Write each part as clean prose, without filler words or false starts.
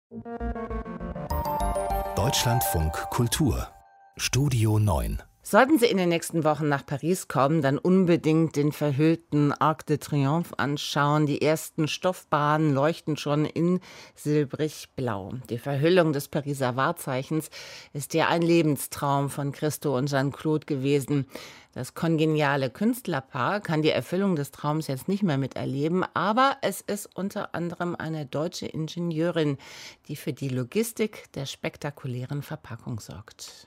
Deutschlandfunk Kultur Studio 9. Sollten Sie in den nächsten Wochen nach Paris kommen, dann unbedingt den verhüllten Arc de Triomphe anschauen. Die ersten Stoffbahnen leuchten schon in silbrig-blau. Die Verhüllung des Pariser Wahrzeichens ist ja ein Lebenstraum von Christo und Jeanne-Claude gewesen. Das kongeniale Künstlerpaar kann die Erfüllung des Traums jetzt nicht mehr miterleben, aber es ist unter anderem eine deutsche Ingenieurin, die für die Logistik der spektakulären Verpackung sorgt.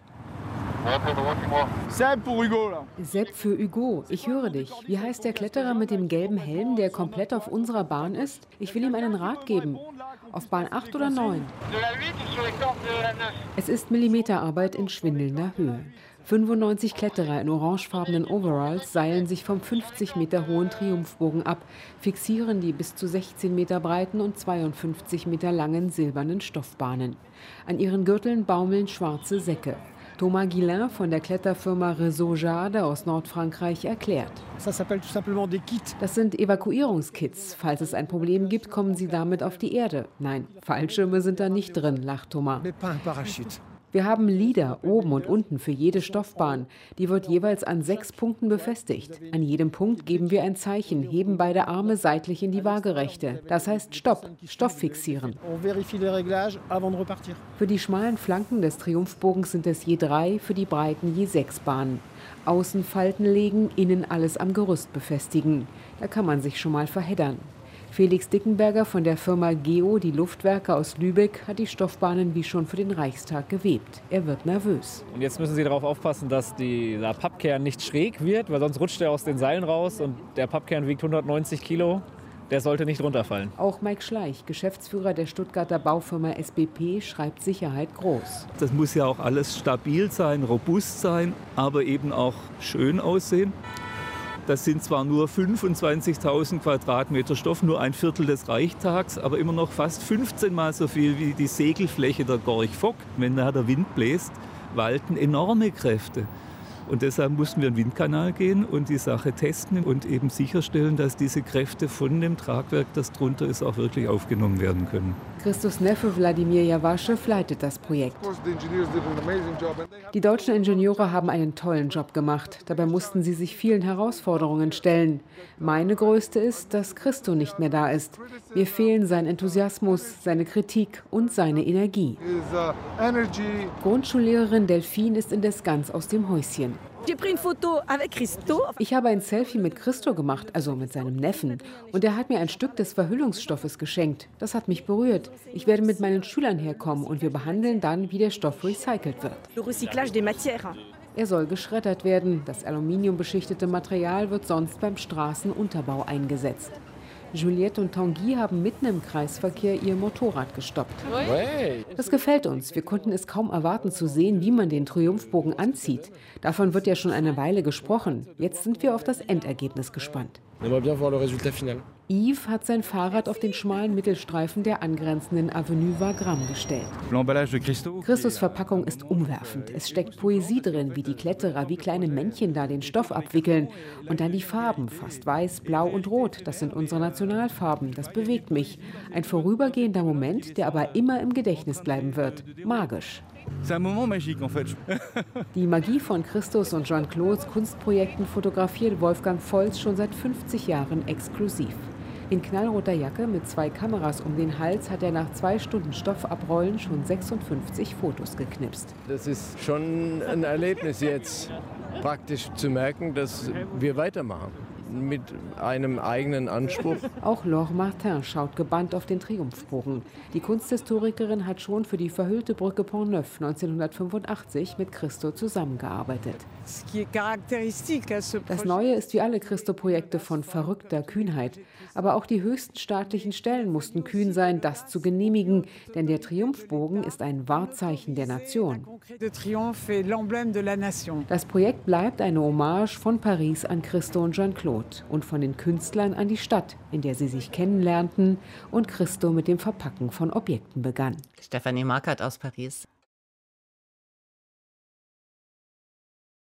Sepp für Hugo, ich höre dich. Wie heißt der Kletterer mit dem gelben Helm, der komplett auf unserer Bahn ist? Ich will ihm einen Rat geben. Auf Bahn 8 oder 9? Es ist Millimeterarbeit in schwindelnder Höhe. 95 Kletterer in orangefarbenen Overalls seilen sich vom 50 Meter hohen Triumphbogen ab, fixieren die bis zu 16 Meter breiten und 52 Meter langen silbernen Stoffbahnen. An ihren Gürteln baumeln schwarze Säcke. Thomas Guillain von der Kletterfirma Réseau Jade aus Nordfrankreich erklärt. Das sind Evakuierungskits. Falls es ein Problem gibt, kommen sie damit auf die Erde. Nein, Fallschirme sind da nicht drin, lacht Thomas. Wir haben Lieder oben und unten für jede Stoffbahn. Die wird jeweils an 6 Punkten befestigt. An jedem Punkt geben wir ein Zeichen, heben beide Arme seitlich in die Waagerechte. Das heißt Stopp, Stoff fixieren. Für die schmalen Flanken des Triumphbogens sind es je 3, für die breiten je 6 Bahnen. Außen Falten legen, innen alles am Gerüst befestigen. Da kann man sich schon mal verheddern. Felix Dickenberger von der Firma Geo, die Luftwerke aus Lübeck, hat die Stoffbahnen wie schon für den Reichstag gewebt. Er wird nervös. Und jetzt müssen Sie darauf aufpassen, dass dieser Pappkern nicht schräg wird, weil sonst rutscht er aus den Seilen raus und der Pappkern wiegt 190 Kilo. Der sollte nicht runterfallen. Auch Mike Schleich, Geschäftsführer der Stuttgarter Baufirma SBP, schreibt Sicherheit groß. Das muss ja auch alles stabil sein, robust sein, aber eben auch schön aussehen. Das sind zwar nur 25.000 Quadratmeter Stoff, nur ein Viertel des Reichstags, aber immer noch fast 15 Mal so viel wie die Segelfläche der Gorch Fock. Wenn da der Wind bläst, walten enorme Kräfte. Und deshalb mussten wir in den Windkanal gehen und die Sache testen und eben sicherstellen, dass diese Kräfte von dem Tragwerk, das drunter ist, auch wirklich aufgenommen werden können. Christus Neffe Wladimir Jawaschew leitet das Projekt. Die deutschen Ingenieure haben einen tollen Job gemacht. Dabei mussten sie sich vielen Herausforderungen stellen. Meine größte ist, dass Christo nicht mehr da ist. Mir fehlen sein Enthusiasmus, seine Kritik und seine Energie. Grundschullehrerin Delphine ist indes ganz aus dem Häuschen. Ich habe ein Selfie mit Christo gemacht, also mit seinem Neffen. Und er hat mir ein Stück des Verhüllungsstoffes geschenkt. Das hat mich berührt. Ich werde mit meinen Schülern herkommen und wir behandeln dann, wie der Stoff recycelt wird. Er soll geschreddert werden. Das aluminiumbeschichtete Material wird sonst beim Straßenunterbau eingesetzt. Juliette und Tanguy haben mitten im Kreisverkehr ihr Motorrad gestoppt. Das gefällt uns. Wir konnten es kaum erwarten zu sehen, wie man den Triumphbogen anzieht. Davon wird ja schon eine Weile gesprochen. Jetzt sind wir auf das Endergebnis gespannt. Yves hat sein Fahrrad auf den schmalen Mittelstreifen der angrenzenden Avenue Wagram gestellt. Christus Verpackung ist umwerfend. Es steckt Poesie drin, wie die Kletterer wie kleine Männchen da den Stoff abwickeln. Und dann die Farben, fast weiß, blau und rot. Das sind unsere Nationalfarben. Das bewegt mich. Ein vorübergehender Moment, der aber immer im Gedächtnis bleiben wird. Magisch. Die Magie von Christus und Jeanne-Claudes Kunstprojekten fotografiert Wolfgang Volz schon seit 50 Jahren exklusiv. In knallroter Jacke mit 2 Kameras um den Hals hat er nach 2 Stunden Stoff abrollen schon 56 Fotos geknipst. Das ist schon ein Erlebnis jetzt, praktisch zu merken, dass wir weitermachen. Mit einem eigenen Anspruch. Auch Laure Martin schaut gebannt auf den Triumphbogen. Die Kunsthistorikerin hat schon für die verhüllte Brücke Pont-Neuf 1985 mit Christo zusammengearbeitet. Das Neue ist wie alle Christo-Projekte von verrückter Kühnheit. Aber auch die höchsten staatlichen Stellen mussten kühn sein, das zu genehmigen. Denn der Triumphbogen ist ein Wahrzeichen der Nation. Das Projekt bleibt eine Hommage von Paris an Christo und Jeanne-Claude und von den Künstlern an die Stadt, in der sie sich kennenlernten und Christo mit dem Verpacken von Objekten begann. Stefanie Markert aus Paris.